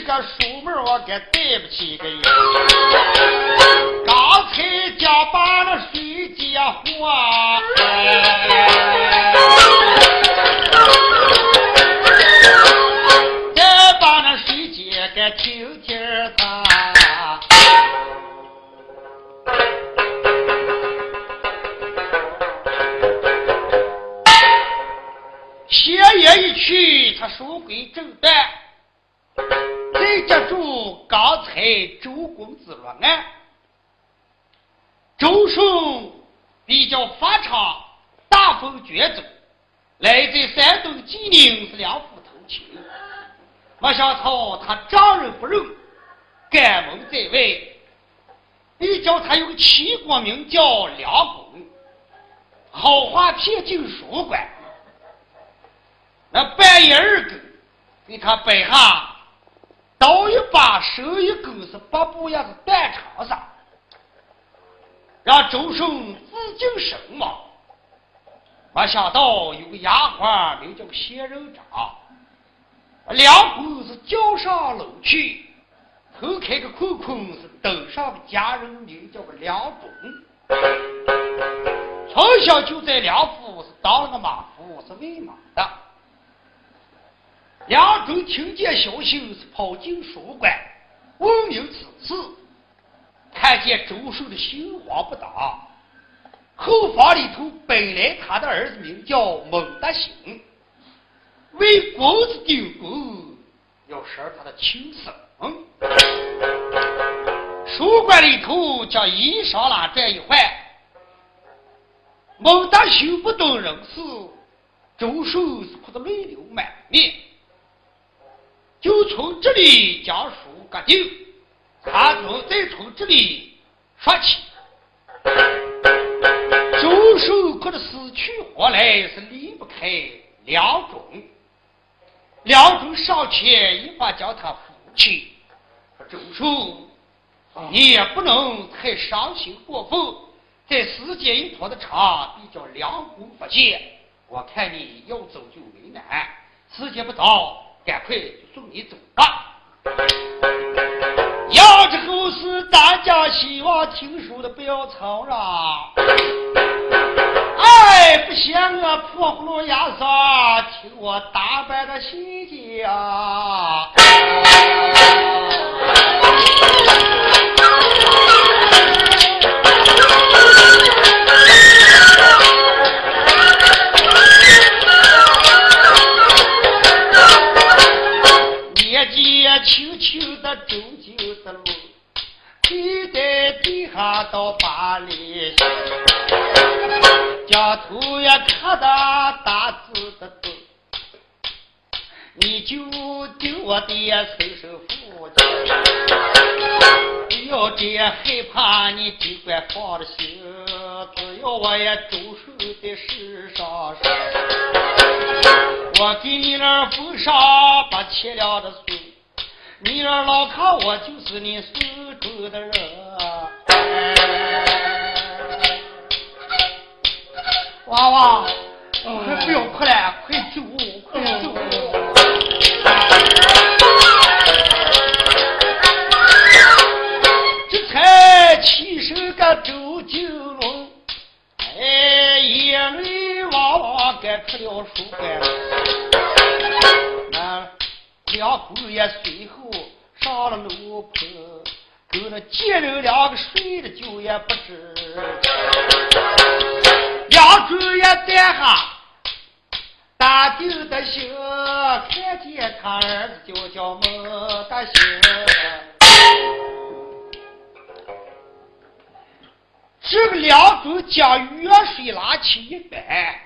个书门我该对不起个人。刚才家把那水接活，再把那水接个听听他。斜眼一去，他书归正段。再接住刚才周公子落案，周顺比较发长，大风绝走，来自山东济宁是两夫头亲。没想到他丈人不认，赶门在外，比较他有个齐国名叫梁公，好话骗进书馆。那半夜二更给他摆下刀一把手一根是八步样子断肠上，让周顺自尽身亡。没想到有个丫鬟名叫仙人掌，两股是叫上楼去，头开个空空是登上个家人名叫个梁中，从小就在梁府是当了个马夫，是喂马的。梁中听见消息是跑进书馆，问明此事，看见周顺的心慌不当。后房里头本来他的儿子名叫蒙德兴，为公子顶功，要杀他的亲生。书馆里头将衣裳拉这一换，蒙德兴不懂人事，周顺是哭得泪流满面。就从这里将书割定，他再从这里说起。周顺哭得死去活来，是离不开梁中。梁中上前一把将他扶起，周顺，你也不能太伤心过分，在时间一拖的长，必叫梁公发现。我看你要走就为难，时间不早，赶快就送你走吧。要这后事大家希望听书的不要吵嚷，哎，不想啊破葫芦牙上听我打败的细节啊。轻轻的走进的路，跪在地下到巴黎，将头也看得大字的字，你就丢我的随身父亲，不要这样害怕，你尽管放了心，只要我也周顺在世上是，我给你那封上把切了的书，你让老看我就是你手中的人，娃娃，快不要哭了，快走，快走。这才起身个周金龙，哎，眼泪汪汪该出了书馆。梁公也随后上了楼棚，跟那贱人两个睡了觉也不知。梁公也在下打定的心，看见他儿子就叫蒙德兴。这个梁公将远水拉起一半，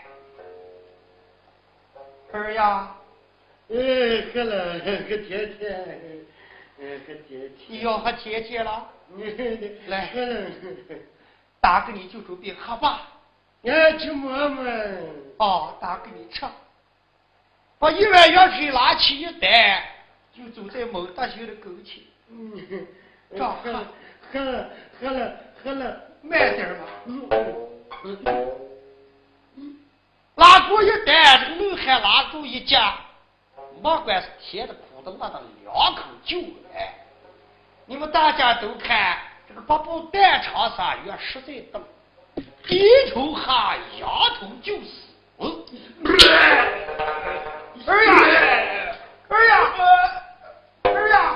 儿呀， 喝了，喝甜甜，喝甜甜。 你要喝甜甜了？来， 喝了。 打给你就准备喝吧。 去摸摸。 哦，打给你吃。把一碗热水拿起一担，就走在蒙大兴的跟前。这喝了， 慢点吧。拉过一担，这个门还拉住一夹。莫管是甜的苦都拉到2口酒来。你们大家都看这个八部蛋肠上越实在等，一头哈丫头就死。儿呀，儿呀，儿呀！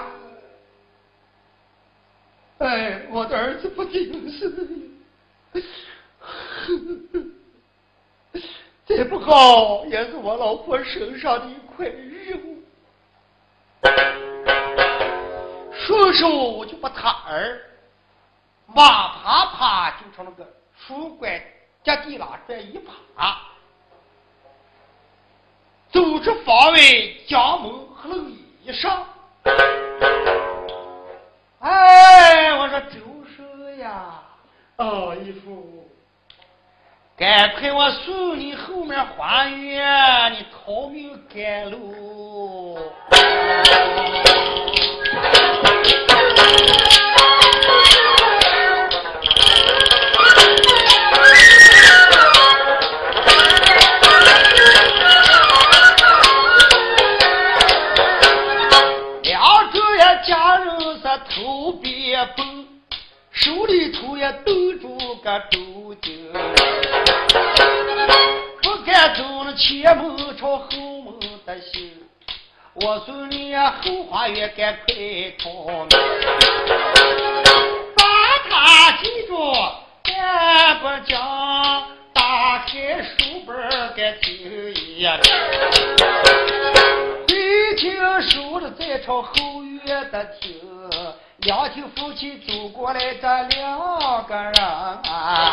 哎，我的儿子不顶事，再不好也是我老婆身上的一块肉。说手就把他儿马爬爬就从那个书柜夹地拉这一爬，走至房外将门合了一上。哎，我说周叔呀， 哦，义父， 赶快我送你后面花园，你逃命赶路。两个呀家人是头别崩，手里头也兜住个周巾，不敢走了前门朝后门的行。我说你呀后花园赶快逃，把他记住赶不讲，打开书本给听一眼，回听书的再朝后院的听，两厅夫妻走过来这2个人啊，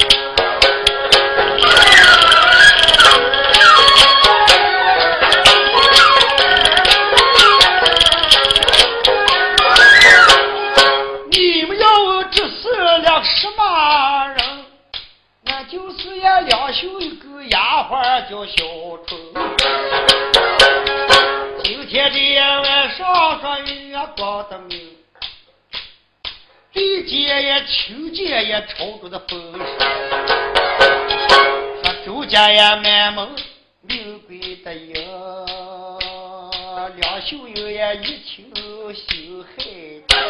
你们要问这是两什么人？那就是呀两袖一个丫鬟叫小春。今天的晚上说月光的明，最近也秋节也朝着的风说周家也满门名贵的赢，两袖友也一听心害，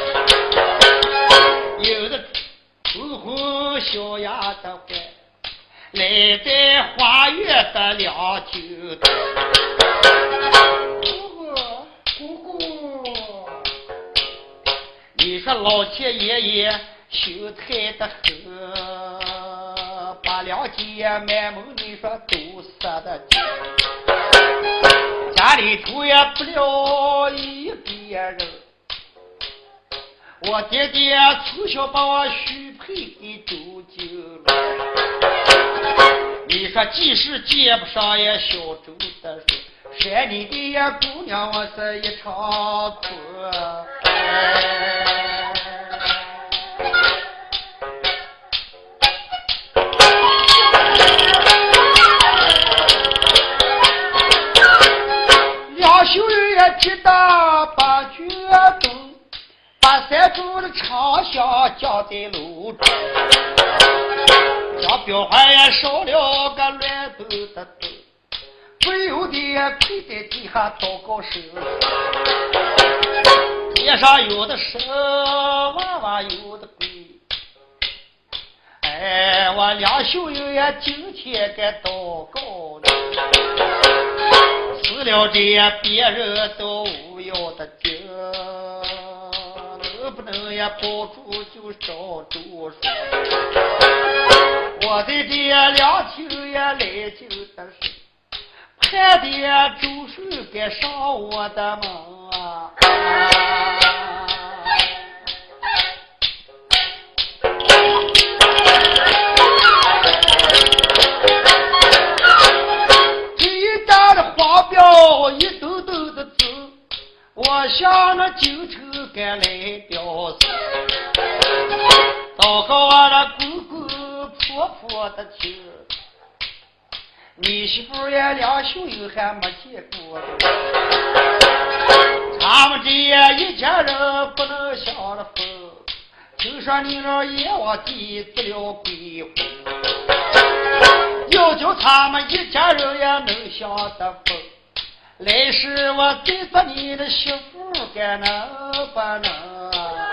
有的昏昏小丫的怀来在花园的两厅。 姑姑， 你说老天爷爷心态的很，把两姐满门你说都杀的紧，家里头也不了一别人，我爹爹从小把我许配给周景，你说即使接不上也小周的事，山里的呀姑娘我是一场哭。两袖也知道把决斗，把山中的长香降在楼中，将表环也烧了个乱斗的斗，不由得跪在地下祷告神，天上有的神，娃娃有的鬼。哎，我两袖友也今天该祷告了，死了这也别人都无要的紧，能不能也保住就少住手。我在这两厅也来就的是盼的周叔该上我的门啊！这一家的花标一兜兜的走，我向那京城该来表示，祷告我的姑姑婆婆的情，你媳妇也两袖友还没见过，他们这一家人不能享了风，听说你那阎王地治了鬼魂，要叫他们一家人也能享得风， 来时我再做你的媳妇，该能不能？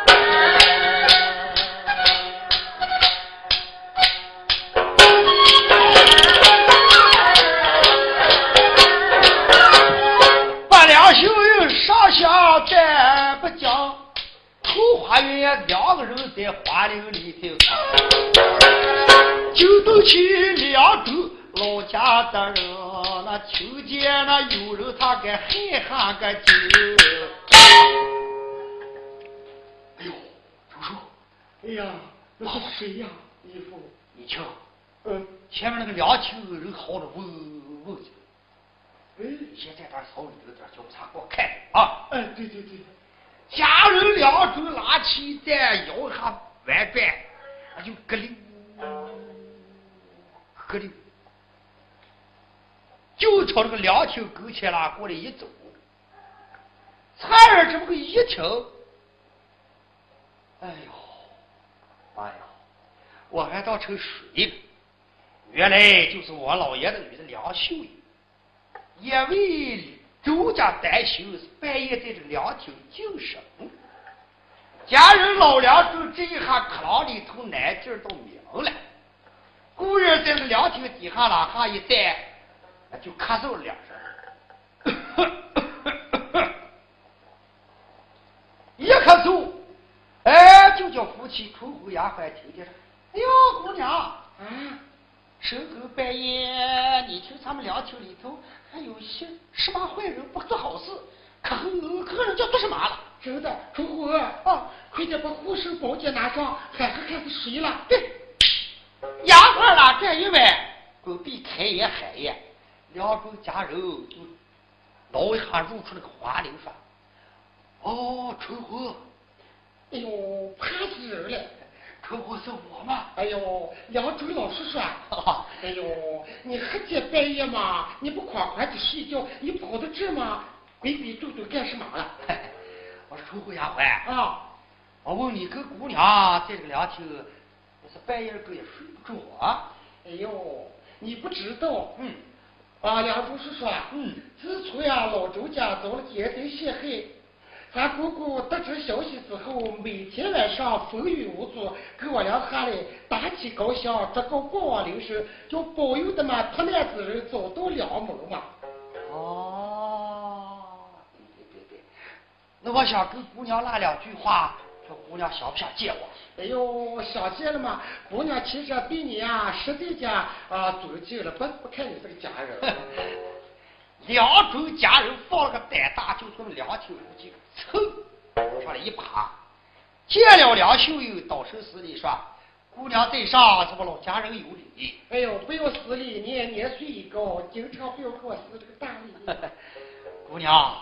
把两袖又上下再不讲，后花园两个人在花林里头藏，就都去两周老家的人，那听见那有人他该害哈个劲。 哎呦，叔叔，哎呀，那是谁呀？义父， 你瞧，前面那个两厅人好的问去。现在他手里有点交叉给我看啊！ 对， 家人两手拉起在腰下弯转，就咯溜咯溜，就朝这个两厅跟前啦过来一走，才儿这么个一听，哎呦，妈呀！我还当成水了，原来就是我老爷的女的梁秀英。因为周家担心是半夜在这凉亭净身，家人老梁就这一下克啷里头难劲儿都明了，故人在这凉亭底下拉下一站，就咳嗽了两声，一咳嗽，就叫夫妻出户丫鬟听见说：“哎呦，姑娘，深更半夜，你听咱们凉亭里头还有些什么坏人不做好事，可人家做什么了？ 真的，春虎快点把护士宝剑拿上，海还开始睡了。 对，丫鬟啦，这一晚准备开眼海眼，两种家人就挠一下入出那个花铃说：“哦，春虎， 哎呦，怕死人了。” 春虎是我吗？ 哎呦，梁州老师说，哎呦，你还在半夜嘛？你不快快的睡觉，你跑到这嘛，鬼鬼祟祟干什么了？ 我说春虎丫鬟我问你，跟姑娘在这个凉亭，是半夜个也睡不着啊？ 哎呦，你不知道，梁州是说，自从呀老周家遭了奸贼陷害。咱姑姑得知消息之后，每天晚上风雨无阻，跟我俩下来打起高香，这个过往灵神，就保佑的嘛脱难之人找到良门嘛。 对，那我想跟姑娘拉两句话，说姑娘想不想见我？ 哎呦，想见了嘛！姑娘其实对你呀，实在讲尊敬了，不看你这个家人。 两种家人放了个胆大，就从凉亭入去蹭往上来一爬，见了梁秀英，倒身施礼说：“姑娘在上，是我老家人有礼。” 哎呦，不要施礼，你也年岁已高，经常不要给我施这个大礼。 姑娘，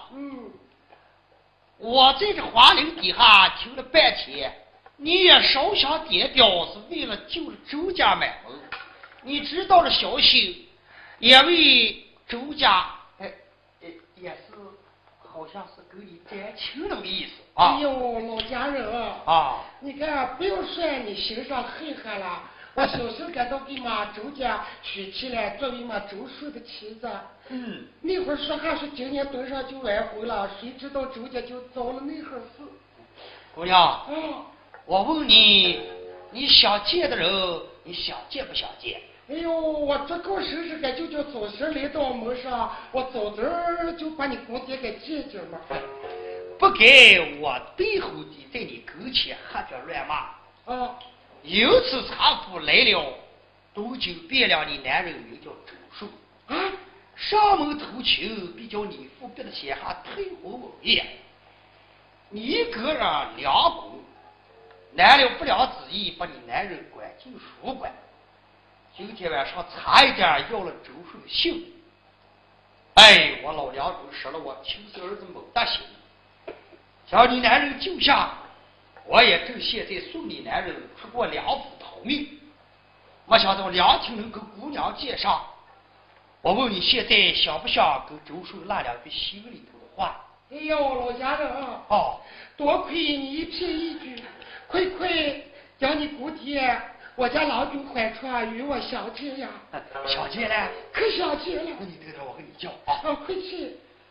我在这花林底下听了半天，你也稍想点表，是为了救了周家满门。你知道了消息，也为周家。也是，好像是跟你沾亲那个意思哎呦，老家人你看，不要说你心上恨恨了。我小时候感到给嘛周家娶妻了，作为嘛周叔的妻子。那会儿说还是今年蹲上就完婚了，谁知道周家就遭了那会儿事。 姑娘，我问你，你想见的人，你想见不想见？ 哎呦，我这告生日就叫早晨来到门上，我早早就把你公爹给见见嘛。 不该我背后的在你跟前瞎叫乱骂由此查夫来了，多久变了你男人名叫周树上门偷情，必叫你父逼的写下退婚文言。你个人两公，难了不良之意，把你男人关进书馆。今天晚上差一点要了周树的性命。我老梁都失了我亲生儿子猛大心，将你男人救下，我也正现在送你男人出过梁府逃命。没想到梁廷能跟姑娘见上，我问你现在想不想跟周树拉两句心里头的话？ 哎呦，老家人多亏你一片一句，快将你姑爹我家郎中怀传与我相见呀！ 相见了， 可相见了。 那你等着我跟你叫快去！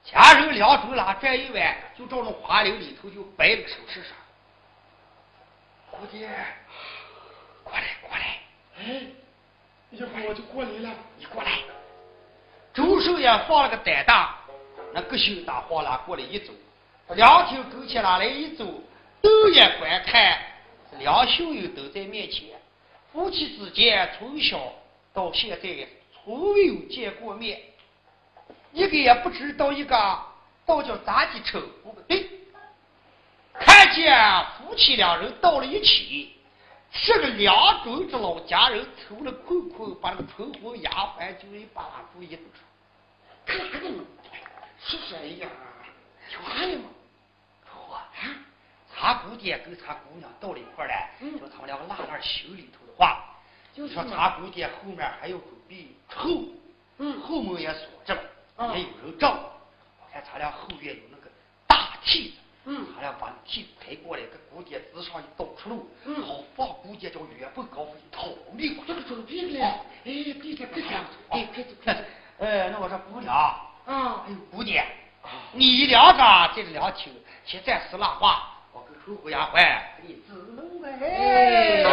家人两手拉转一弯，就照那花绫里头就摆了个首饰上。姑爹，过来过来， 哎，一会儿我就过来了， 你过来。周寿也放了个胆大，那个袖大晃啦过来一走，两条狗前拉来一走，都也观看，两兄友都在面前，夫妻之间从小到现在从没有见过面，一个也不知道一个到叫咋的称呼个对。看见夫妻两人到了一起，这个两种子老家人抽了空空，把那个春红丫鬟就一把拉住一堵出。 干啥呢？是谁呀？有啥的吗？ 说啊，他姑爹跟他姑娘到了一块儿来，说他们两个拉拉心里头的话，就说他姑爹后面还要准备后，后门也锁着了，也有人照。我看他俩后院有那个大梯子。他俩把梯子抬过来，给姑爹支上一道出路，好放姑爹叫远奔高飞逃命。 这个准备了，哎，对着，哎，快走快走。 那我说姑娘， 哎呦姑爹，你两个在这两听，先暂时拉话，我跟春红丫鬟给你指路呗。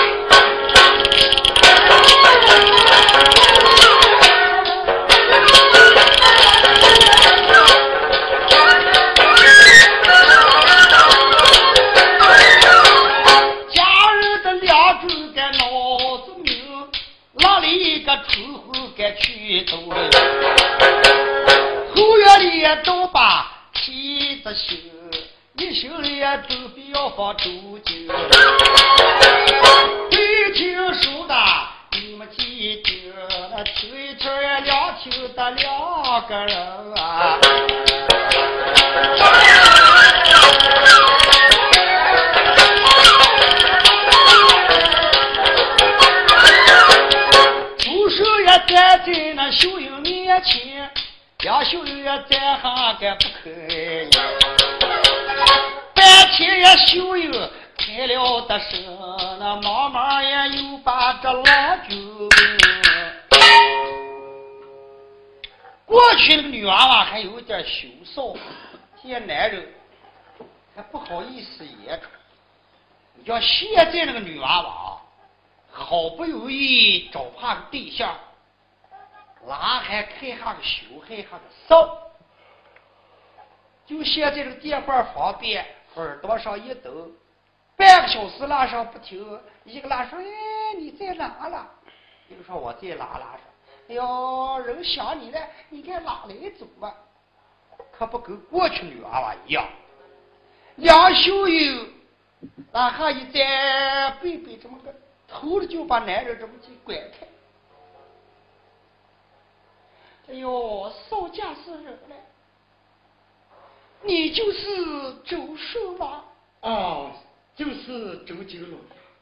去走了，后院里都把梯子修，一修里都必要放周酒。对听说的你们记得，那推车两听的两个人啊。站在那秀英面前，两秀英也站下个不肯。半天也秀英开了的声，那妈妈也又把这老酒问。过去那个女娃娃还有点羞臊，见男人还不好意思言出。你像现在那个女娃娃，好不容易找下个对象。哪还开下个羞，还下个臊？就现在这个电话方便，耳朵上一抖，半个小时拉上不停，一个拉上，哎，你在哪了？一个说我在哪上？哎呦，人想你了，你该哪来走吧？可不跟过去女娃娃一样，两袖友哪下一在背背这么个头了，就把男人这么去拐开。哎呦，少驾是人了，你就是周寿吧？ 哦，就是周九龙。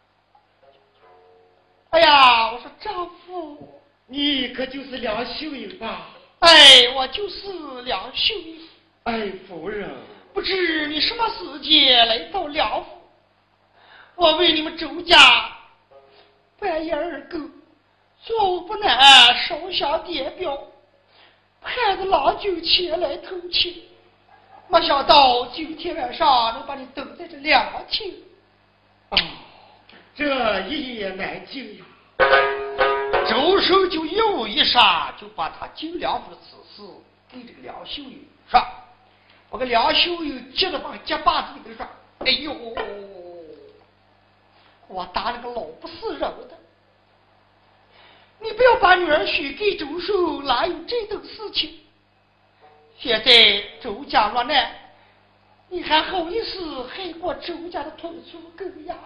哎呀，我说丈夫， 你可就是梁秀英吧？ 哎，我就是梁秀英。 哎，夫人， 不知你什么时间来到梁府？我为你们周家半夜而购，坐不难，烧香点表。盼着老酒前来偷情，没想到今天晚上能把你等在这两天。 这一夜难尽呀！ 周寿就一五一十就把他进梁府的此事给这个梁秀友说，我跟梁秀友接着把结巴子给他说，哎呦，我打了个老不是人的。你不要把女儿许给周寿，哪有这等事情？现在周家落难，你还好意思害过周家的同族根呀？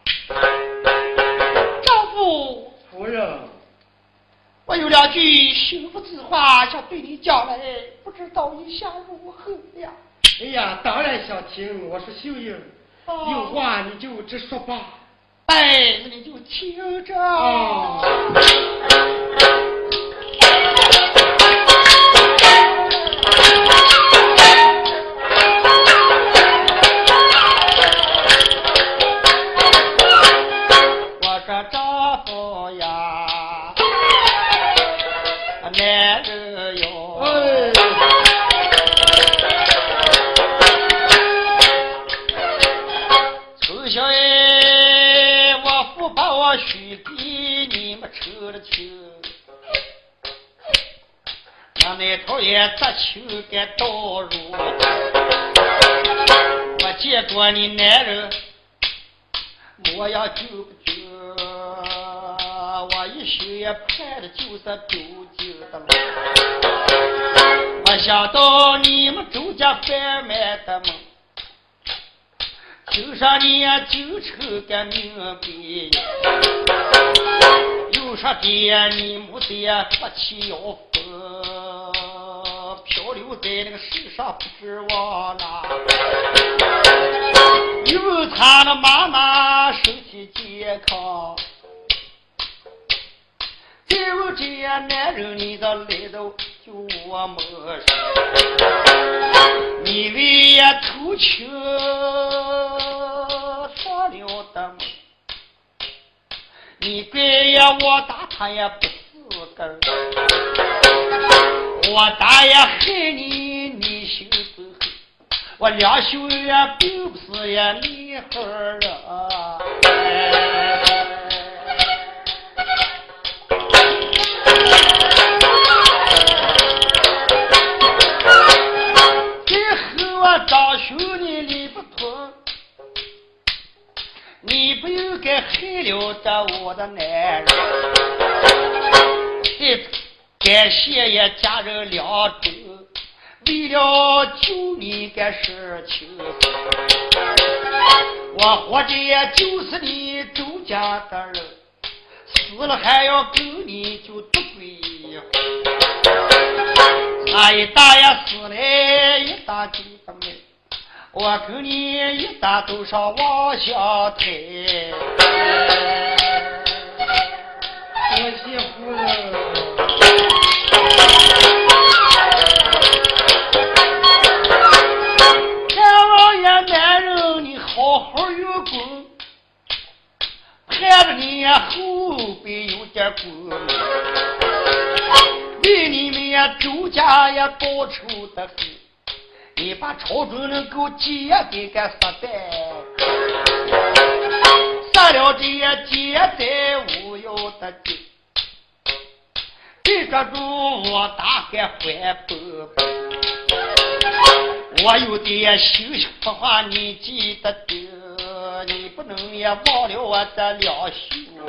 丈夫， 夫人， 我有两句幸福之话想对你讲来，不知道意下如何呀？ 哎呀，当然想听。我说秀英，有话你就直说吧。 哎，那你就听着。我说丈夫呀，男人哟， 我许给你们抽了球，那头也这球给倒入。我见过你男人模样久不久，我一宿也盼的就是周九的路。我想到你们周家贩卖的梦，就上你就抽个明白，又说爹你没得不起要疯，漂流在那个世上不知往哪。有他的妈妈身体健康，再有这样男人你的来到就我没事，你为呀偷情上了的梦，你该呀我打他也不是根，我打也害你，你心是黑，我两兄也并不是呀厉害啊。张兄你理不通，你不应该害了这我的男人，感谢也家人两周，为了救你个事情，我活着也就是你周家的人，死了还要跟你就不归。那一打呀死来一打就不来，我跟你一打都上往下抬。 我媳妇了， 看我也男人你好好有功，盼着你后背有点功，为你们呀周家也报仇的很，你把朝中能够接给个杀败，杀了这些劫财无有的救，对着住我大概怀抱，我有点心不话你记得得，你不能也忘了我的两兄，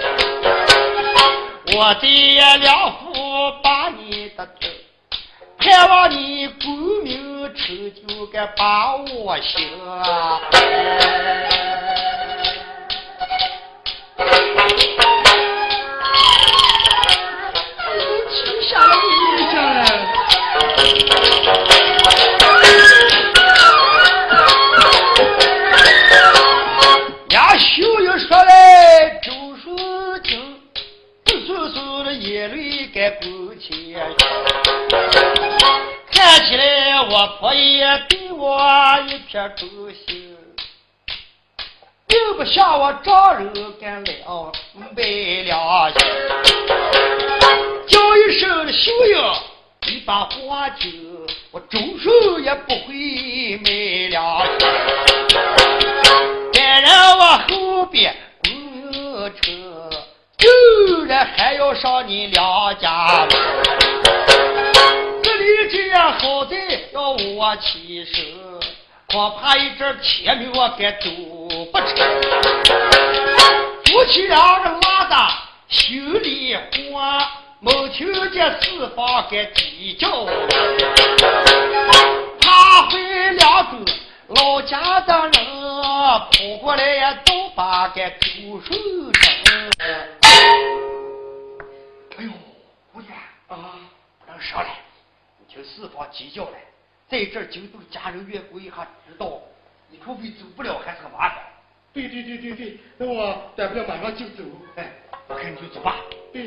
我的两夫把你的头，盼望你功名成就该把我行啊！ 吃下了你家人。 呀，秀又说来周书听，不叔叔的眼泪该不起，看起来我婆爷对我一片忠心，并不像我丈人干了没良心，叫一声的秀英一把花酒，我周叔也不会没良心，该让我后边工程竟然还要上你两家，这里这样好在要我起身，恐怕一阵铁命我该走不成，夫妻俩人拉的心里慌，某听见四方该计较，他回两个老家的人跑过来呀，都把个周守成。哎呦，姑爷啊，能上来，你听四方计较来，在这儿京都家人员工一下知道，你除非走不了还是个麻烦。 对，那我大不了马上就走。 哎，我看你就走吧。 对。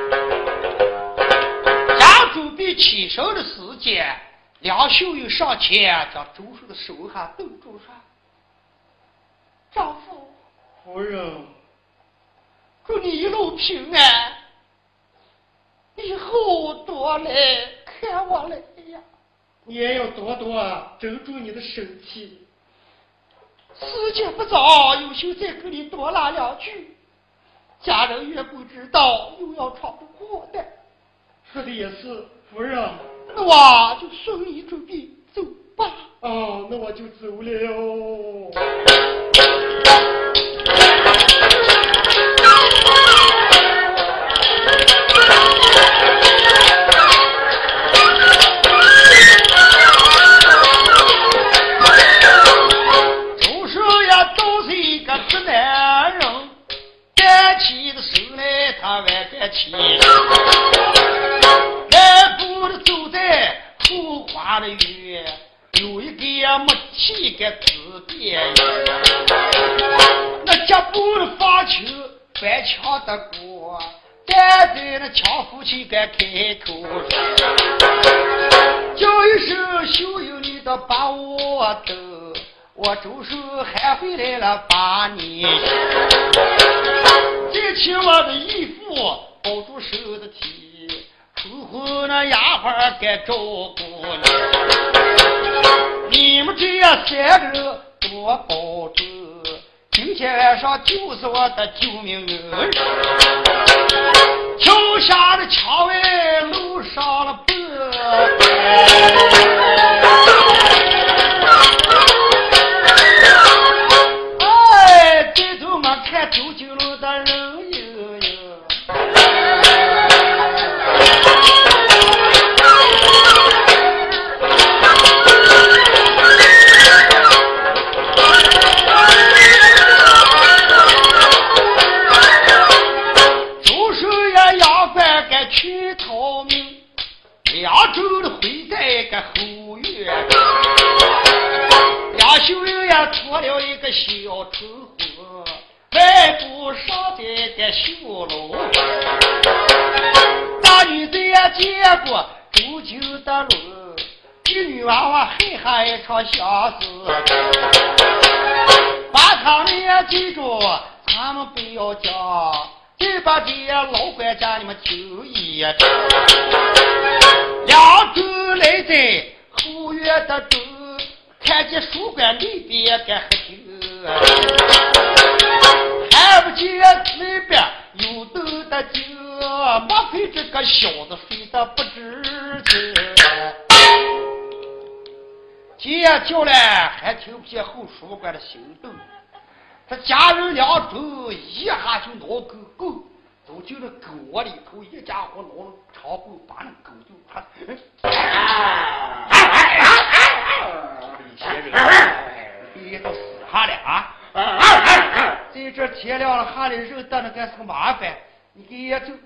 家准备起身的时间，梁秀又上前将周叔的手下冻住说：“丈夫， 夫人， 祝你一路平安，以后多来看我来呀。 你也要多多珍重你的身体。 时间不早，有心再跟你多拉两句。 家人越不知道，又要闯不过的。 说的也是，夫人。 那我就顺你准备走吧。 哦，那我就走了。 周叔呀，都是一个直男人，干起的手来他外干起，来步的走在后花的园，有一个没气个自便，那脚步的发球白墙的过，站在那墙夫妻该开口叫一声秀有你的把我的，我周叔还回来了8年，这起我的衣服包住手的提，出后那丫鬟该照顾你们这样3个人多保重，今天晚上就是我的救命恩人，桥下的桥外路上了步，哎，这头嘛看周九路的人有去逃命，2周的回在个后院，两兄人也做了一个小车祸，外部上在个修楼，大女子也见过周九的路，一女娃娃还还一场相思，把他们也记住，他们不要讲。这把这老管家你们注意，2周来在后院的中，看见书馆里边该喝酒，还不见里边有斗的酒，莫非这个小子睡得不知情？姐叫来还听不见后书馆的行动。这家人2周一下就挠狗，走进了狗窝里头，一家伙挠了长狗，把那狗就抓。你都死哈了啊！在这天亮了，哈里肉蛋了干什么麻烦？你给也就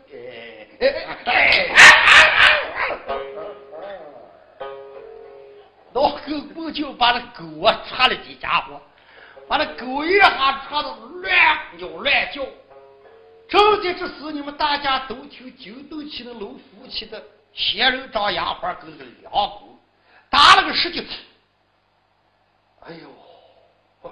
老狗不就把那狗啊抓了几家伙？把那狗一下抓的乱扭乱叫，正在这时，你们大家都听九斗起的老夫妻的仙人掌丫鬟跟个两股打了个10几次。哎呦，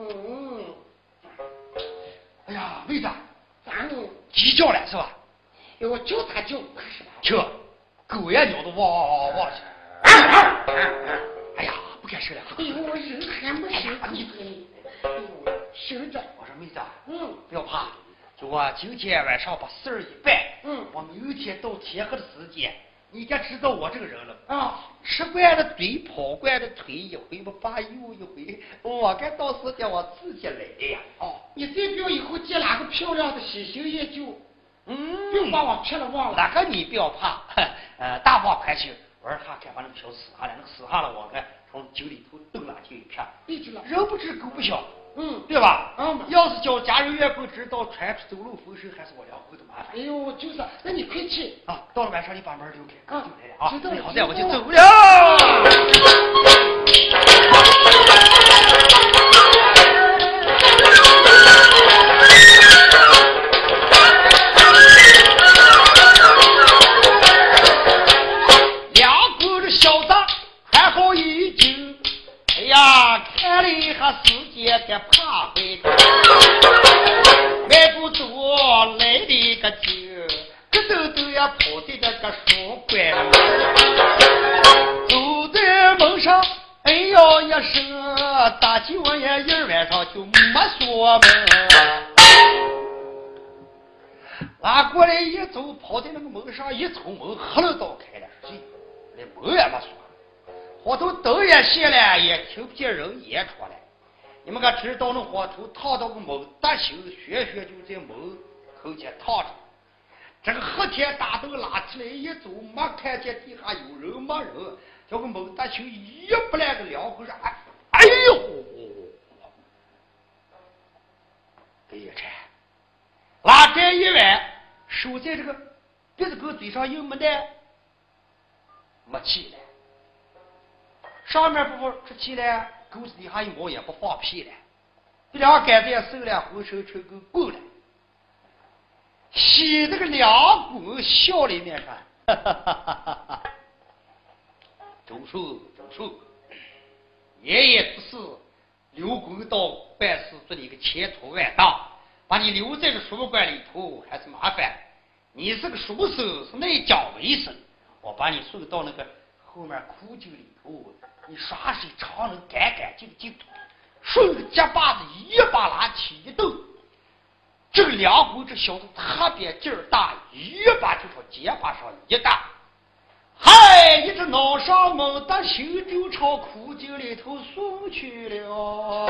哎呀，妹子，鸡叫了是吧？ 我叫他叫， 去，狗也咬得汪汪汪去。哎呀，不该吃了。 哎呦，我人还没生你。行着， 我说妹子，不要怕，就我今天晚上把事儿一办，我明天到天黑的时间，你该知道我这个人了啊。吃惯了嘴，跑惯了腿，一回不发又一回，我该到时间我自己来的呀。哦， 你代表以后见哪个漂亮的喜新厌旧，不用把我骗了忘了。 那个你不要怕，大放宽心。我说他该把那个票死下来，那个死下了，我该从酒里头炖了就一片。 记住了， 人不知狗不晓，对吧？要是叫家人员工知道，传出走漏风声，还是我两回的麻烦。 哎呦，就是，那你快去啊！到了晚上你把门留开，就来了啊！ 知道了， 好在我就走了。看了一下时间，该怕回头，迈步走来的一个酒，个豆豆呀跑在这个书馆，走在门上，哎呦一声，大今晚也一晚上就没锁门。 拉过来一走，跑在那个门上一冲门，喝了刀开了，是那门也没锁，火头灯也熄了，也听不见人言出来。你们可知道那火头套到个门大袖，学就在门口前套着。这个黑天大灯拉起来一走，没看见地下有人没人，叫个门大袖一不来个凉回上，哎呦！给一拆，拉这一晚，手在这个鼻子沟嘴上又没带，没气了。上面不出气了，沟子底下一毛也不放屁了，这两杆子也瘦了，浑身成根棍了。洗这个两股笑里面上，哈哈哈哈哈！周叔，爷爷之事，刘公到办事做你个前途万大，把你留在这书馆里头还是麻烦。你是个书生，是内讲为生，我把你送到那个后面枯井里头，你耍水常能干干净净，顺个结把子一把拉起一蹬。这个梁公这小子特别劲儿大，一把就从结巴上一打，嗨，一只脑上猛的心就朝枯井里头送去了。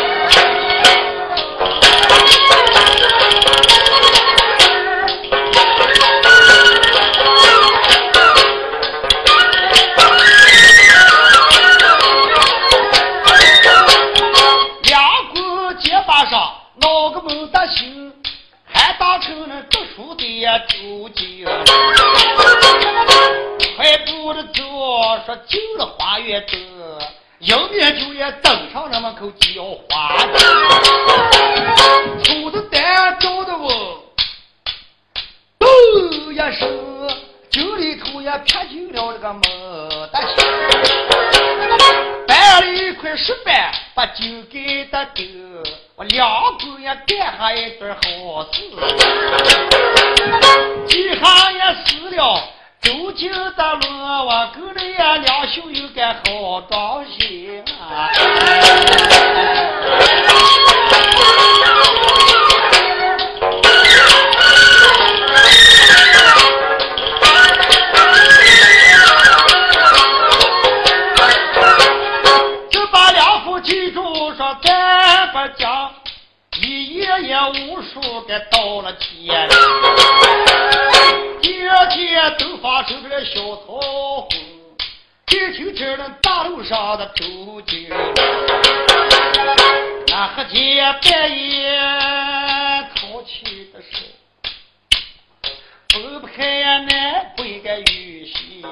梁公结巴上闹个猛的心，还当成了读书的周经，快步的走，说进了花园中，迎面就也登上那门口浇花，出的单招的我，都也是酒里头也撇进了这个门的心，摆了一块石板，把酒给他丢。我两个也干下一段好事，几行也死了，周经的路我跟着也两袖有个好高兴啊！就把两夫记住说咱不讲。一夜也无数个到了天，第二天都发生这小桃红，一听这人大路上的周经，那黑天半夜淘气的事，分不开呀，难不应该预习，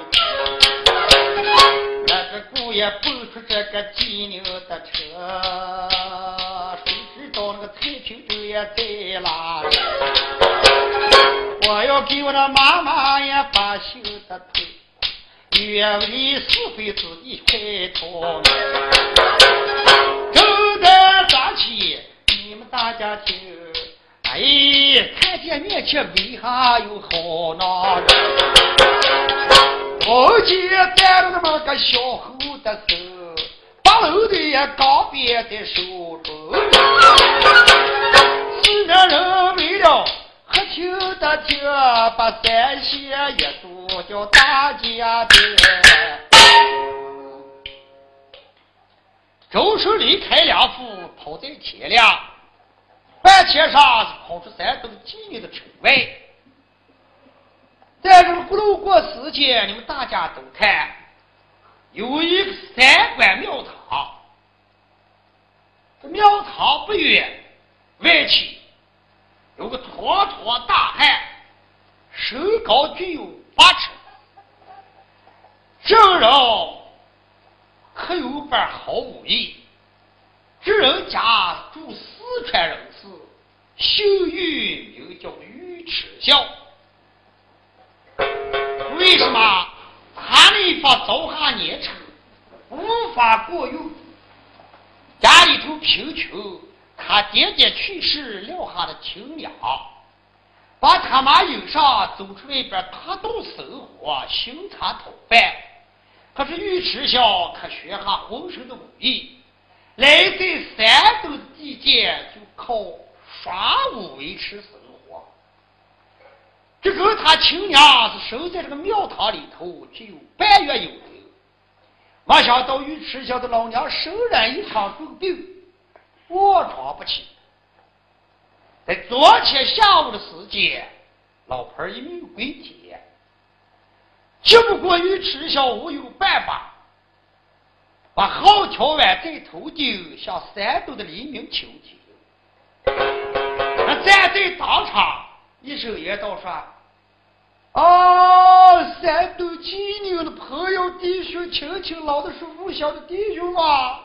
那个姑爷蹦出这个机灵的车。到那个太平洲也在拉，我要给我的妈妈也把心的推，原为是非自己快逃，正在早起，你们大家听，哎，看见面前为啥有好闹？我见带着那么个小猴的手。八楼的也告别的手中，四个人为了喝酒的酒，把三血一度叫大家的。周叔离开两府，跑在前梁，半天上跑出山东纪念的城外。在这个咕噜过时间，你们大家都看。有一个三官庙堂，这庙堂不远，外去有个坨坨大汉，身高具有8尺，这人可有本好武艺。这人家住四川人士，姓玉，名叫尉迟孝。为什么？他那发早下年成，无法过用，家里头贫穷，他爹爹去世，撂下了亲娘，把他妈引上走出外边他动生活，行茶讨饭。可是尉迟孝可学下浑身的武艺，来在山东的地界就靠耍武维持生活。 这个他亲娘是守在这个庙堂里头，只有半月有留。没想到尉迟孝的老娘手染一场重病，卧床不起。在昨天下午的时间，老婆一命归天。只不过尉迟孝无有办法，把号条碗在头顶向山东的黎明求情。那站在当场一手也道说：“山东济宁的朋友弟兄亲戚，老的是五乡的弟兄嘛。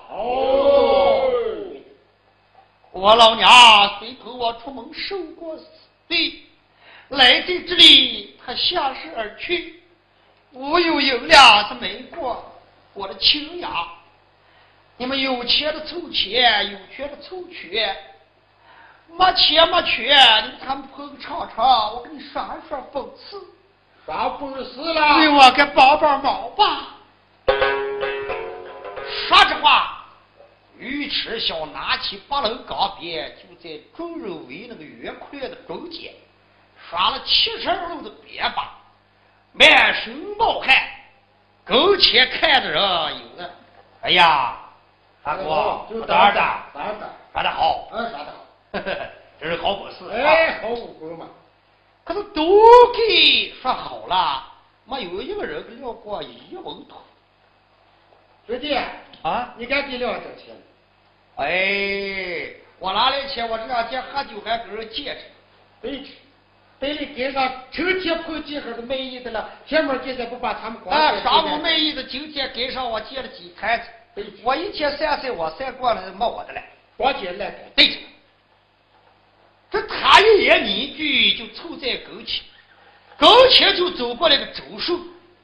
我老娘随同我出门受过罪，来在这里，他下世而去。我有银两是没过我的亲娘，你们有钱的凑钱，有权的凑权，没钱没权，你们他们捧场场，我跟你耍一耍讽刺， 耍讽刺了， 为我给帮帮忙吧。说着话，尉迟孝拿起八棱钢鞭，就在众人围那个圆块的中间耍了72路的鞭把，满身冒汗，跟前看的人有的，哎呀，大哥， 打的耍得好， 耍得好， 这是好本事， 好武功嘛。 可是都给说好了，没有一个人给撂过一文土。 兄弟啊， 你敢给撂这钱？ 我拿来钱，我这两天喝酒还跟人借着。 对了，给上成天碰几盒子卖艺的了，前面现在不把他们光上午卖艺的，今天给上我借了几摊子，我一天3我3过了，没我的了， 光借来的。 对着，这他一言你一句就凑在跟前就走过来个周顺，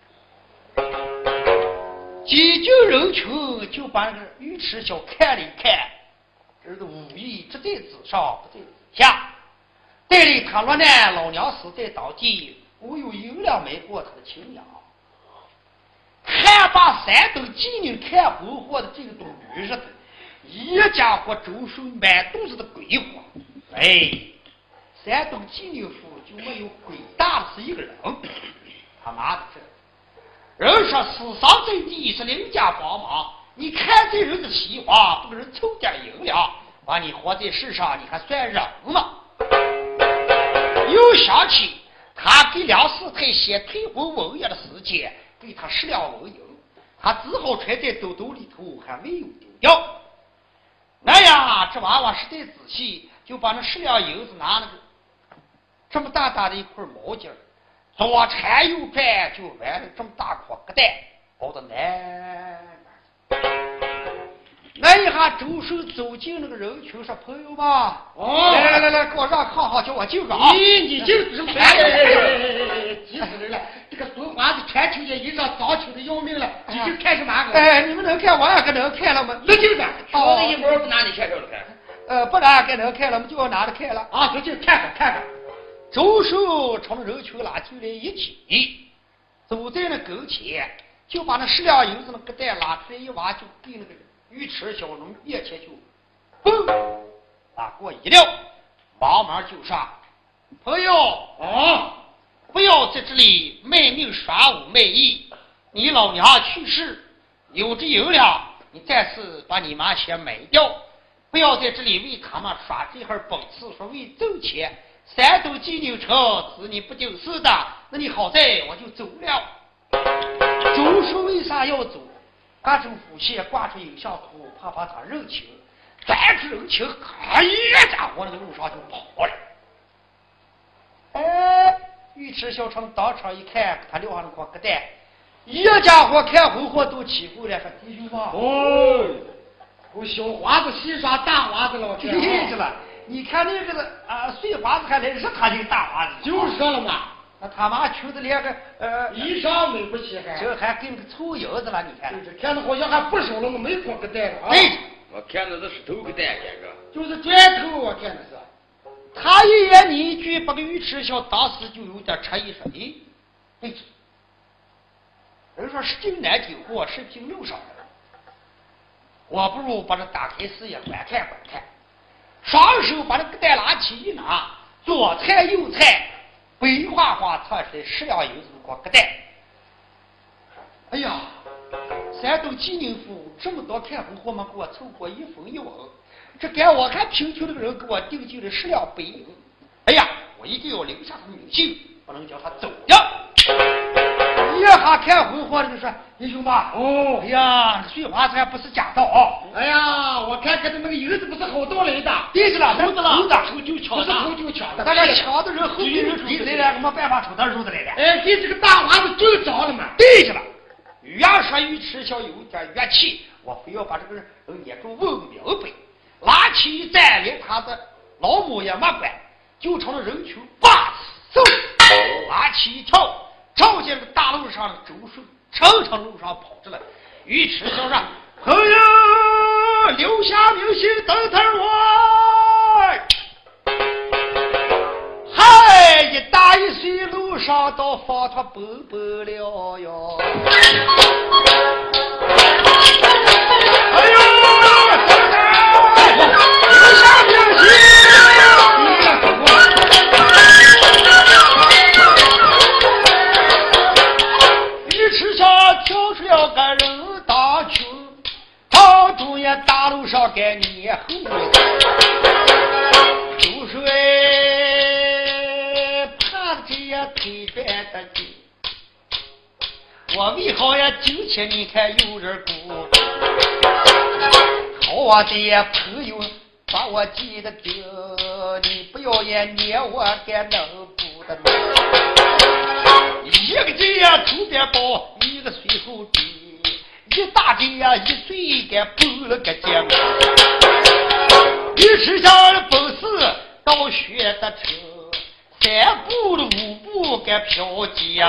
几经人群就把那个尉迟孝看了一看，这个武艺只在子上不在子下。带领他落难，老娘死在当地，我有银两没过他的亲娘。看把山东济宁看红火的这个东女日子，一家伙周顺满肚子的鬼火。山东济宁府就没有鬼大的是一个人。他妈的这人说死伤在地是邻家帮忙，你看这人的喜欢，不给人凑点银两，把你活在世上，你还算人吗？又想起他给梁四太写退婚文约的时间，给他10两文银，他只好揣在兜兜里头，还没有丢掉。那呀，这娃娃实在仔细，就把那10两银子拿那个这么大大的一块毛巾，左缠右转，就完了这么大块疙瘩，包到南。那一下周顺走进那个人群说：“朋友们，来，给我让炕上，叫我进上。” 你就是急死人了！这个孙华子穿秋件衣裳，早请的要命了，你就看什么？ 你们能看，我也可能看了吗？ 能进的， 我的一毛不拿你钱手了看。不然该能看了，我们就要拿着看了啊！就进看看。 周顺朝那人群拉进来一起，走在那跟前，就把那10两银子那疙瘩拉出来一挖，就给那个尉迟孝龙面前就嘣拉过一撂，忙就上。朋友不要在这里卖命耍武卖艺，你老娘去世有这银两，你暂时把你妈先买掉，不要在这里为他们耍这份本事，说为挣钱。山东济宁城子你不顶事的，那你好在我就走了。周顺为啥要走？各种府县挂出影像图，怕他认情，抓住人情，家伙那个路上就跑了。尉迟孝成当场一看，他撂下那块疙瘩，一家伙看红火都起哄了，说弟兄们， 我小华子戏耍大华子了， 对着了。你看那个碎华子还来是他这个大华子， 就是了嘛。 那他妈穷的连个衣裳买不起， 这还跟个臭银子了，你看。 这看着好像还不少了，我没光个带了啊。 对， 我看着这是头个带这个， 就是砖头，我看的是。 他一言你一句，把个尉迟孝当时就有点诧异，说：“对，人说是井南井货，是凭路上的，我不如把这打开视野观看观看。”双手把那个袋拿起一拿，左踩右踩， 白花花唱出来10两油子光疙瘩。哎呀，山东济宁府这么多看红货们给我凑过1分1文，这该我还贫穷那个人给我订就了10两白银。哎呀，我一定要留下他的名姓，不能叫他走掉。一下看红货的就说：“英雄吧，哎呀，碎花子还不是假的哦。 哎呀，我看看的那个油子不是好多来的， 对着了， 偷的了， 偷就抢的， 不是偷就抢的。 大家抢的人后面人追来了，没办法抽他肉的来了。 哎，给这个大娃子追着了嘛。 对着了，越说越吃小有点越气，我非要把这个人捏住问明白。拿起一盏，连他的老母也没管，就朝着人群挂走，拿起一条。照见这个大路上的周顺常常路上跑着来，尉迟叫上朋友留下名姓等等我。嗨，一大一岁路上到放他奔奔了哟。哎呦，等等，留下名姓。跳出了个人大群，朝中也大路上给你后周水怕这也推断的紧，我为好呀今天你看有人顾，好我的朋友把我记得住，你不要也捏我给能不的一个这样头边包，一个随后追，一大这样一岁给崩了个肩。尉迟下的本事到学的车，3步的5步给飘街，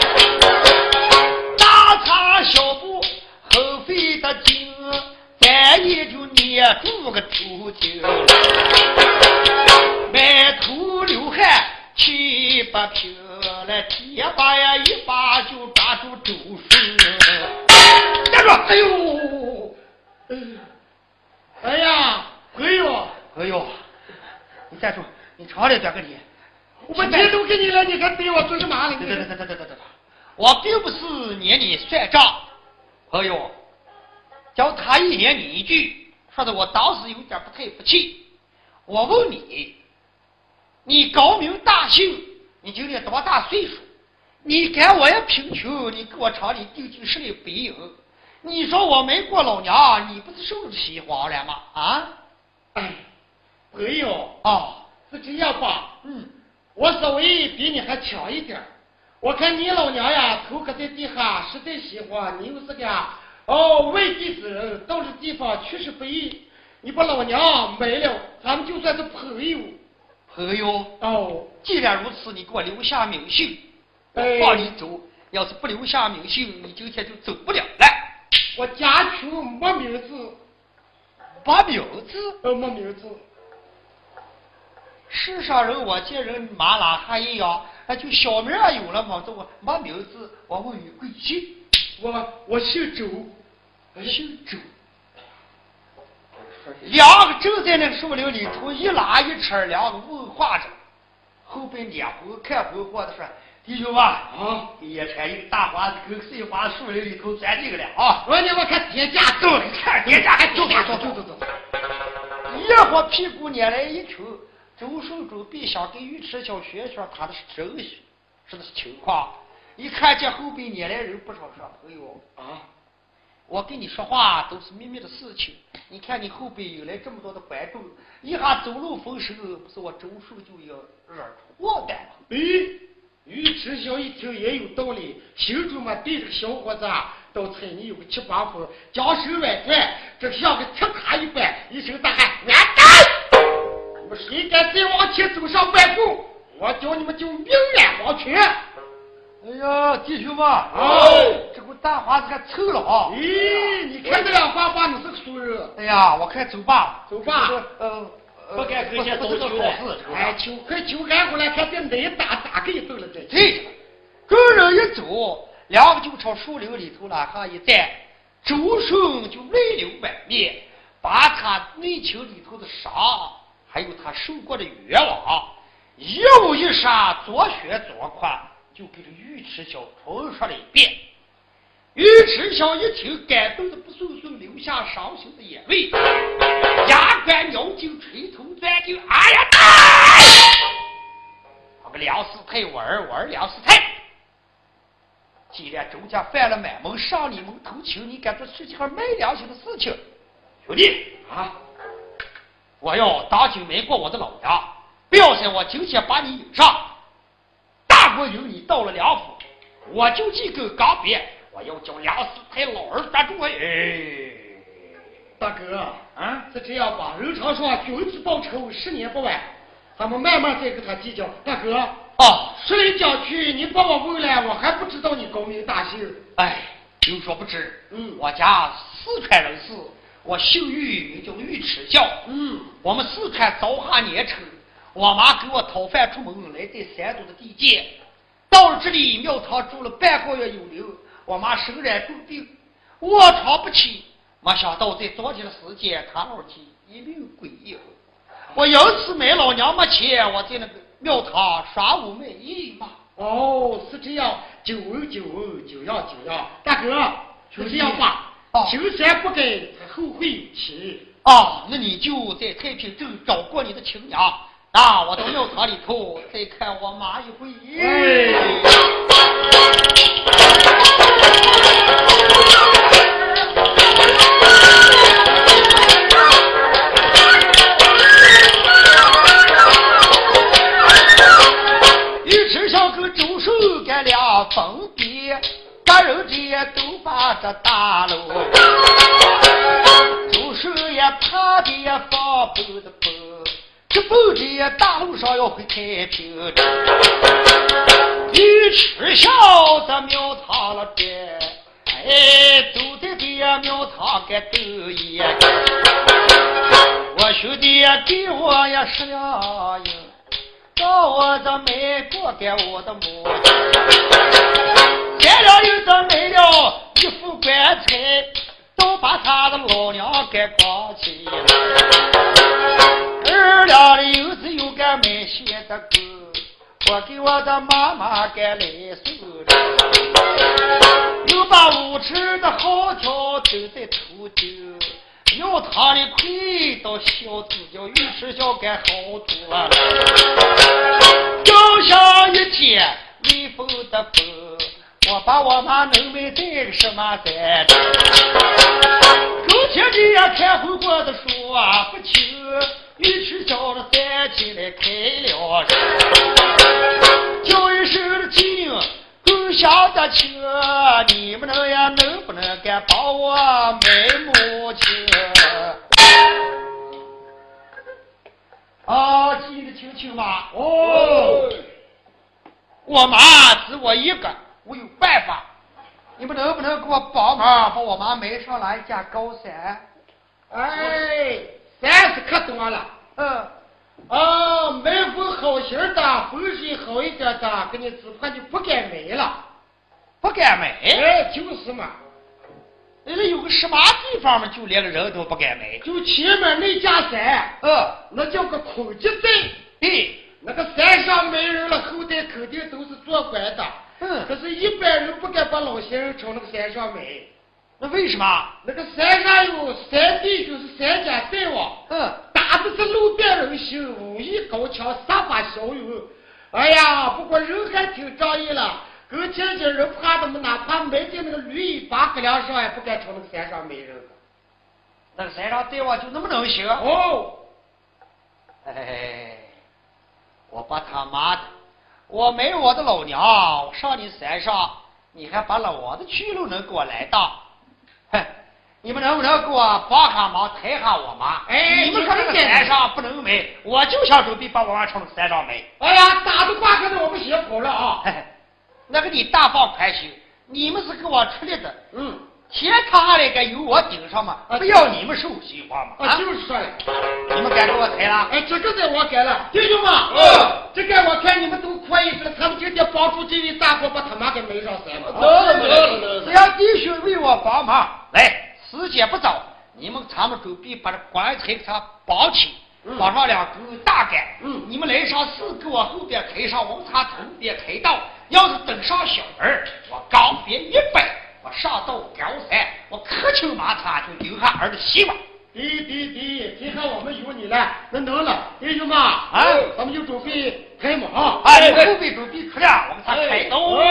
大叉小步后费的劲，咱也就捏住个头颈，满头流汗七八平。铁把呀，一把就抓住周顺，站住！哎呦， 哎呀，朋友， 哎呦，你站住！你长点点个你， 我钱都给你了，你还对我做什么呢？ 对，我并不是撵你算账，朋友，叫他一撵你一句，说的我当时有点不太服气。我问你，你高明大姓。你今年多大岁数？你看我也贫穷，你给我厂里订进10两白银，你说我没过老娘，你不是受喜欢了吗？啊？ 哎，朋友哦， 是这样吧？我稍微比你还强一点。我看你老娘呀，头搁在地下，实在喜欢你又是个外地之人，到这地方确实不易。你把老娘没了，咱们就算是朋友。 朋友哦， 既然如此，你给我留下名姓，我放你走。要是不留下名姓，你今天就走不了了。 我家穷没名字， 没名字？ 没名字。 世上人我见人马拉哈一样，那就小名也有了嘛。这我没名字，我问你贵姓？ 我姓周， 姓周。2个正在那个树林里头一拉一扯，2个问话着，后边撵回看回货的说：“弟兄吧，也才一个大花子跟碎花树林里头钻进个了啊！ 我看天价走，看天价还走。一会屁股撵来一瞅，周顺准备想跟尉迟小学学他的真实的情况，一看见后边撵来人不少，说朋友啊。我跟你说话都是秘密的事情，你看你后边有来这么多的观众，一下走路风声，不是我周顺就要惹祸的吗？ 尉迟小一听也有道理，心中嘛对这个小伙子倒猜你有个7、8分，将手软转，这像个铁塔一般，一声大喊：“完蛋！你们谁敢再往前走上半步，我叫你们就命案黄泉！” 哎呀，弟兄们，这个大花子还臭了啊！ 你看这2花把你是个熟人。 哎呀，我看走吧， 不该跟前走秋了。 哎，快秋赶过来，看这哪打个一顿了再。 对，众人一走，2个就朝树林里头拉下一站，周顺就泪流满面，把他内情里头的伤，还有他受过的冤枉， 一五一十左学左宽，就给这尉迟孝重说了一遍。尉迟孝一听，感动的不顺顺，流下伤心的眼泪，牙关咬紧，垂头转就，哎呀，我个梁师太玩梁师太！既然周家犯了满门上你门偷情，你敢做事情还没良心的事情？兄弟啊，我要当今瞒过我的老娘，不要在我今天把你引上。大国有你到了梁府，我就这个刚别，我要叫梁师太老儿抓住我。 大哥啊，是这样吧？人常说君子报仇10年不晚，咱们慢慢再跟他计较。大哥哦， 说来讲去，你把我问来，我还不知道你高明大姓。 哎，有所不知，我家四川人士，我姓尉，名叫尉迟孝。我们四川早下年成，我妈给我讨饭出门，来在山东的地界，到了这里庙堂住了半个月有留，我妈生染重病，卧床不起，没想到在昨天的时间，她老妻一命归阴。我因此买老娘没钱，我在那个庙堂耍武卖艺嘛。 哦，是这样，久闻久闻，久要久要。大哥，就这样吧。青山不改，后会起。 那你就在太平镇找过你的亲娘，我到庙堂里头再看我妈一回。尉迟孝跟周寿干俩分别，各人这都把这大路，周寿也怕的也放不的不，这不的大路上要回太平。尉迟孝在庙堂了边，都在这庙堂该得意。我兄弟给我也是两银，到我这买过给我的母亲，再了又这买了一副棺材，都把他的老娘给光起了。二两的柚子又该买些的狗，我给我的妈妈给来收了，又把五尺的好条都在偷丢，庙堂里亏到小子叫尉迟孝该好多了，就像一天微风的风，我把我妈能没这个什么在周天这样看回过的书不清，尉迟孝的3起来开了叫一声的亲更想得清，你们能不能敢帮我买母亲记得清楚吗？我妈只我一个，我有办法，你们能不能给我帮忙把我妈买上来一架高山 30可多了。买副好型的，风水好一点的，给你只怕你不敢买了。 不敢买？ 就是嘛。 那有个什么地方嘛，就连个人都不敢买？ 就前面那家山，那叫个孔集镇。那个山上没人了，后代肯定都是做官的。可是一般人不敢把老先生从那个山上买。 那为什么？ 那个山上有3弟兄是3家大王，打的是路边人行，武艺高强，杀伐骁勇。哎呀，不过人还挺仗义了，跟前些人怕他们，哪怕埋在那个驴8个梁上，也不敢从那个山上埋人。 那个山上大王就那么能行？我把他妈的，我没我的老娘，我上你山上，你还把我的去路能给我来到？你们能不能给我帮下忙抬下我妈？你们说这个山上不能买，我就想准备把我妈从山上买。 打的挂看着我们先跑了啊！ 那个你大放宽心，你们是给我出力的，钱塌下来该由我顶上嘛，不要你们受心慌嘛。 就是说了， 你们敢给我抬了？ 这个在我改了，弟兄们，这个我看你们都可以了，他们今天帮助这位大伙把他妈给埋上山了。 只要弟兄为我帮忙，来，时间不早，你们他们准备把这棺材给他绑起， 绑上两根大杆，你们来上四给我后边开上王茶头边开道，要是等上小儿，我刚别100，我上到高山，我渴求马茶就留下儿的希望。 对，这下我们有你了，那能了，弟兄们啊，咱们就准备开门啊！ 你后备准备出来，我们才开动。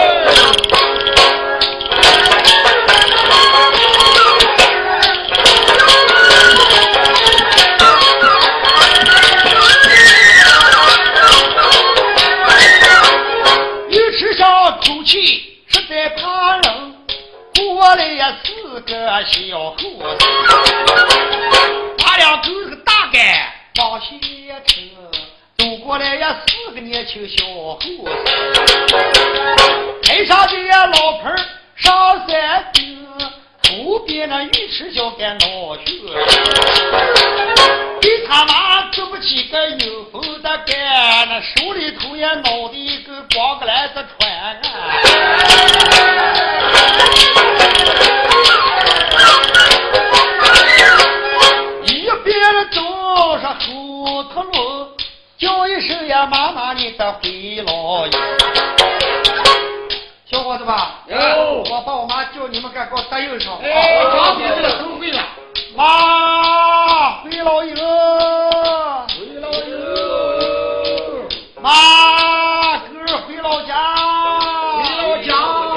鱼池上口气实在怕人，过来呀4个小伙子，把两个大杆往前车，走过来呀4个年轻小伙子，台上的呀老盆上3个，后边那鱼池小杆老学，比他妈走不起个有风的杆，那手里头也脑袋一个光个来的船啊。一边走上后头路，叫一声呀妈妈你的回老爷。小伙子吧，我把我妈叫你们赶给我答应上。 刚别这都会了。 妈，回老爷， 回老爷， 妈，哥儿回老家， 回老家。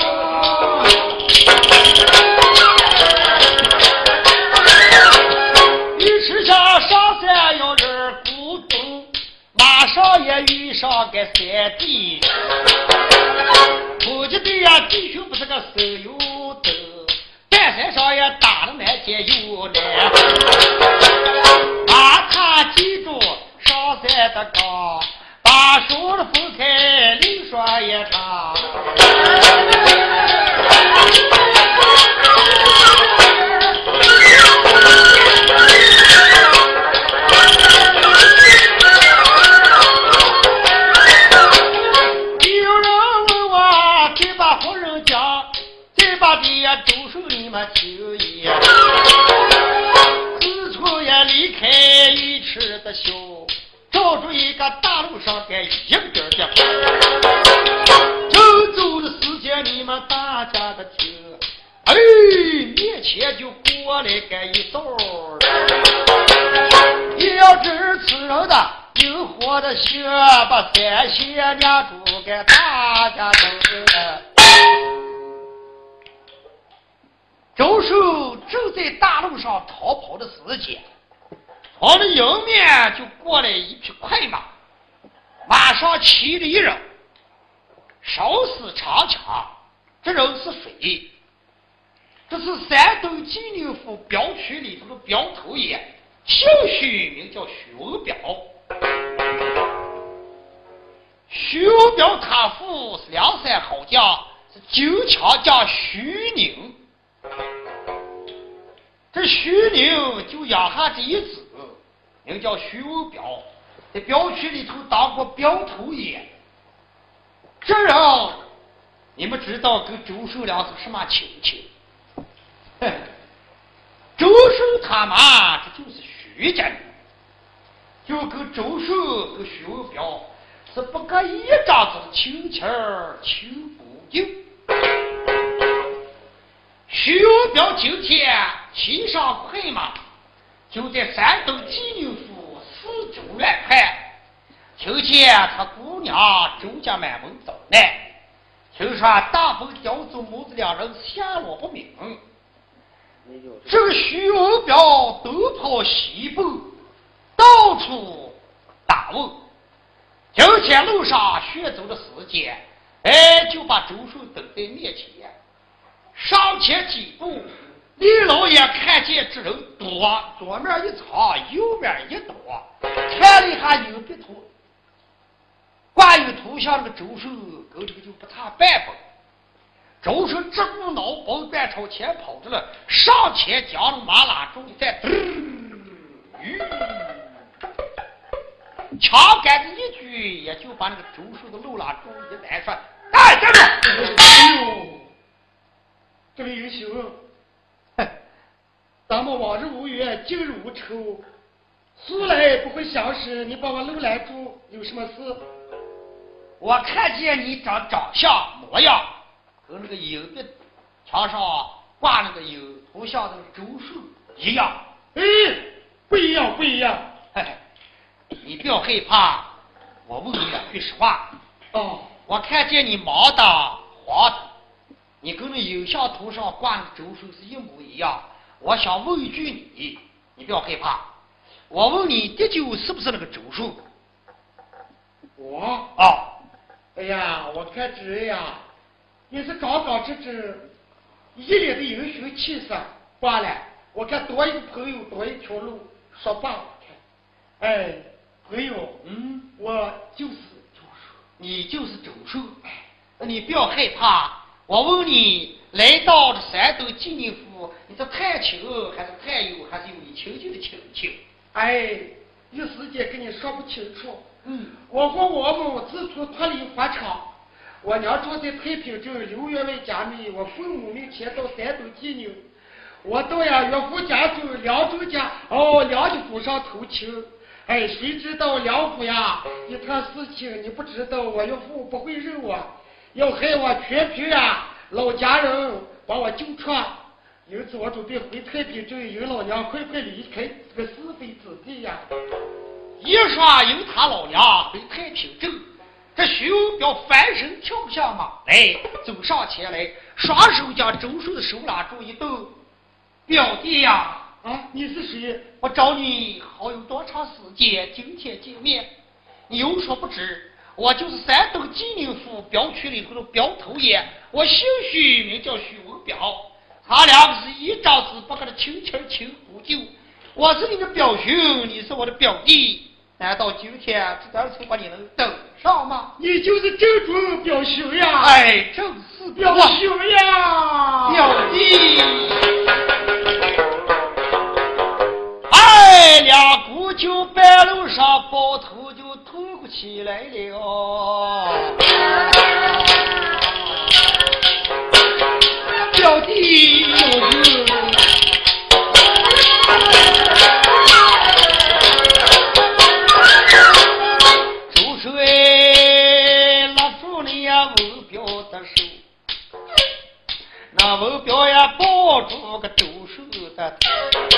鱼池上上山要人鼓动，马上也遇上个3弟，估计对呀弟兄不是个手有的，半山上也打了满天有来，把他记住上山的岗，把手的分开另说一场。有人问我这把活人讲，这把的呀周手你们听一，自从也离开鱼池的小，找出一个大路上的硬点的，正走的时间你们大家的听，面前就过来个一道，也要知此人的有活的血，把3仙娘主给大家等。周寿正在大路上逃跑的时间，从了迎面就过来一匹快马，马上骑着一人，手持长枪，这人是谁？这是山东济宁府镖区里头的镖头爷，姓许，名叫许文彪。许文彪他父是梁山好将，是九强将徐宁。这徐宁就养下这一子，名叫徐文彪，在镖区里头当过镖头爷。这人你们知道跟周寿良是什么亲戚？周寿他妈这就是徐家人，就跟周寿跟徐文彪是不隔一张子亲情亲不定。徐文彪今天骑上快马，就在山东济宁府4州远派，听见他姑娘周家满门走来，听说大风叼走母子2人下落不明。这个徐文彪东跑西奔，到处打问，今天路上学走的时间，就把周寿等在面前。上前几步，李老爷看见这人躲，左面一藏，右面一躲，看了一下有笔头，挂有头像的周寿，跟这个就不差半分。周寿这股脑崩断朝前跑着了，上前将了马拉中再枪杆子一举，也就把那个周寿的路拉中一来说：“哎，站住！” 哎呦，这位英雄，咱们往日无冤，今日无仇， 素来不会消失，你把我楼来住，有什么事？ 我看见你长相模样，和那个邮币墙上挂那个有头像的周树一样。 不一样，不一样。 嘿嘿，你不要害怕，我问你两句实话。 哦， 我看见你毛的黄的，你跟那邮像头上挂的周树是一模一样。我想问一句你，你不要害怕。我问你，的就是不是那个周树？ 我哦。 哎呀，我看这人呀，也是刚刚直，一脸的英雄气势。罢了，我看多一个朋友多一条路，说罢了。哎，朋友，我就是周树， 你就是周树。那你不要害怕。我问你，来到这山东济宁府，你是探亲还是探友，还是有你亲戚的亲戚？ 哎，一时间跟你说不清楚。我和我母自从脱离法场，我娘住在太平镇刘员外家里，我父母没迁到山东济宁，我到呀岳父家中梁州家梁家府上投亲。哎，谁知道梁府呀一摊事情你不知道，我岳父不会认我，要害我全凭呀老家人把我救出，因此我准备回太平镇，迎老娘快离开这个是非之地呀。 一说迎他老娘回太平镇，这徐文彪翻身跳下马来，走上前来，双手将周树的手拉住一抖：“表弟呀， 你是谁？ 我找你好有多长时间，今天见面，你有所不知，我就是山东济宁府镖区里头的镖头爷，我姓徐，名叫徐文彪，他两个是一张纸不跟他亲亲不救。我是你的表兄，你是我的表弟，难道今天这点丑把你能等上吗？ 你就是正宗表兄呀！ 哎，正是表兄呀， 表弟。哎，两股就半路上包头就吐不起来了。表弟有事。周水拉住你呀文彪的手，那文彪呀抱住个周树的头，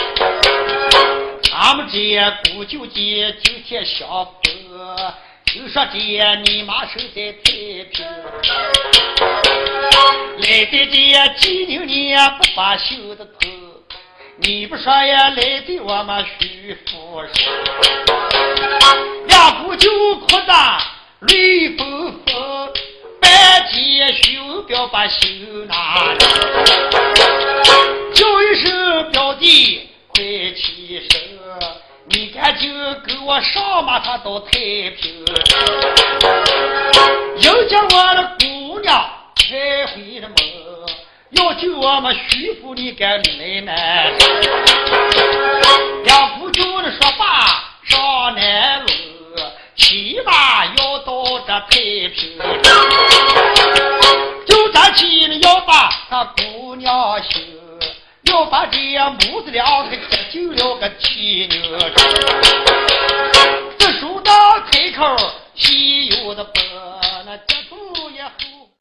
他们这古旧节今天相逢，就说这你妈守在太平，来的这济宁你也不把袖子脱，你不说呀来的我们徐夫人，两股就哭的泪纷纷，半截徐文彪把袖拿着，叫一声表弟快起身，你赶紧给我上马他到太平，迎接我的姑娘开回了门，要救我们徐府你该来难，两夫就的说罢上南路，骑马要到这太平，就站起了要把他姑娘休，要把这母子俩给救了个七牛，这书到开口西游的本，那这不也后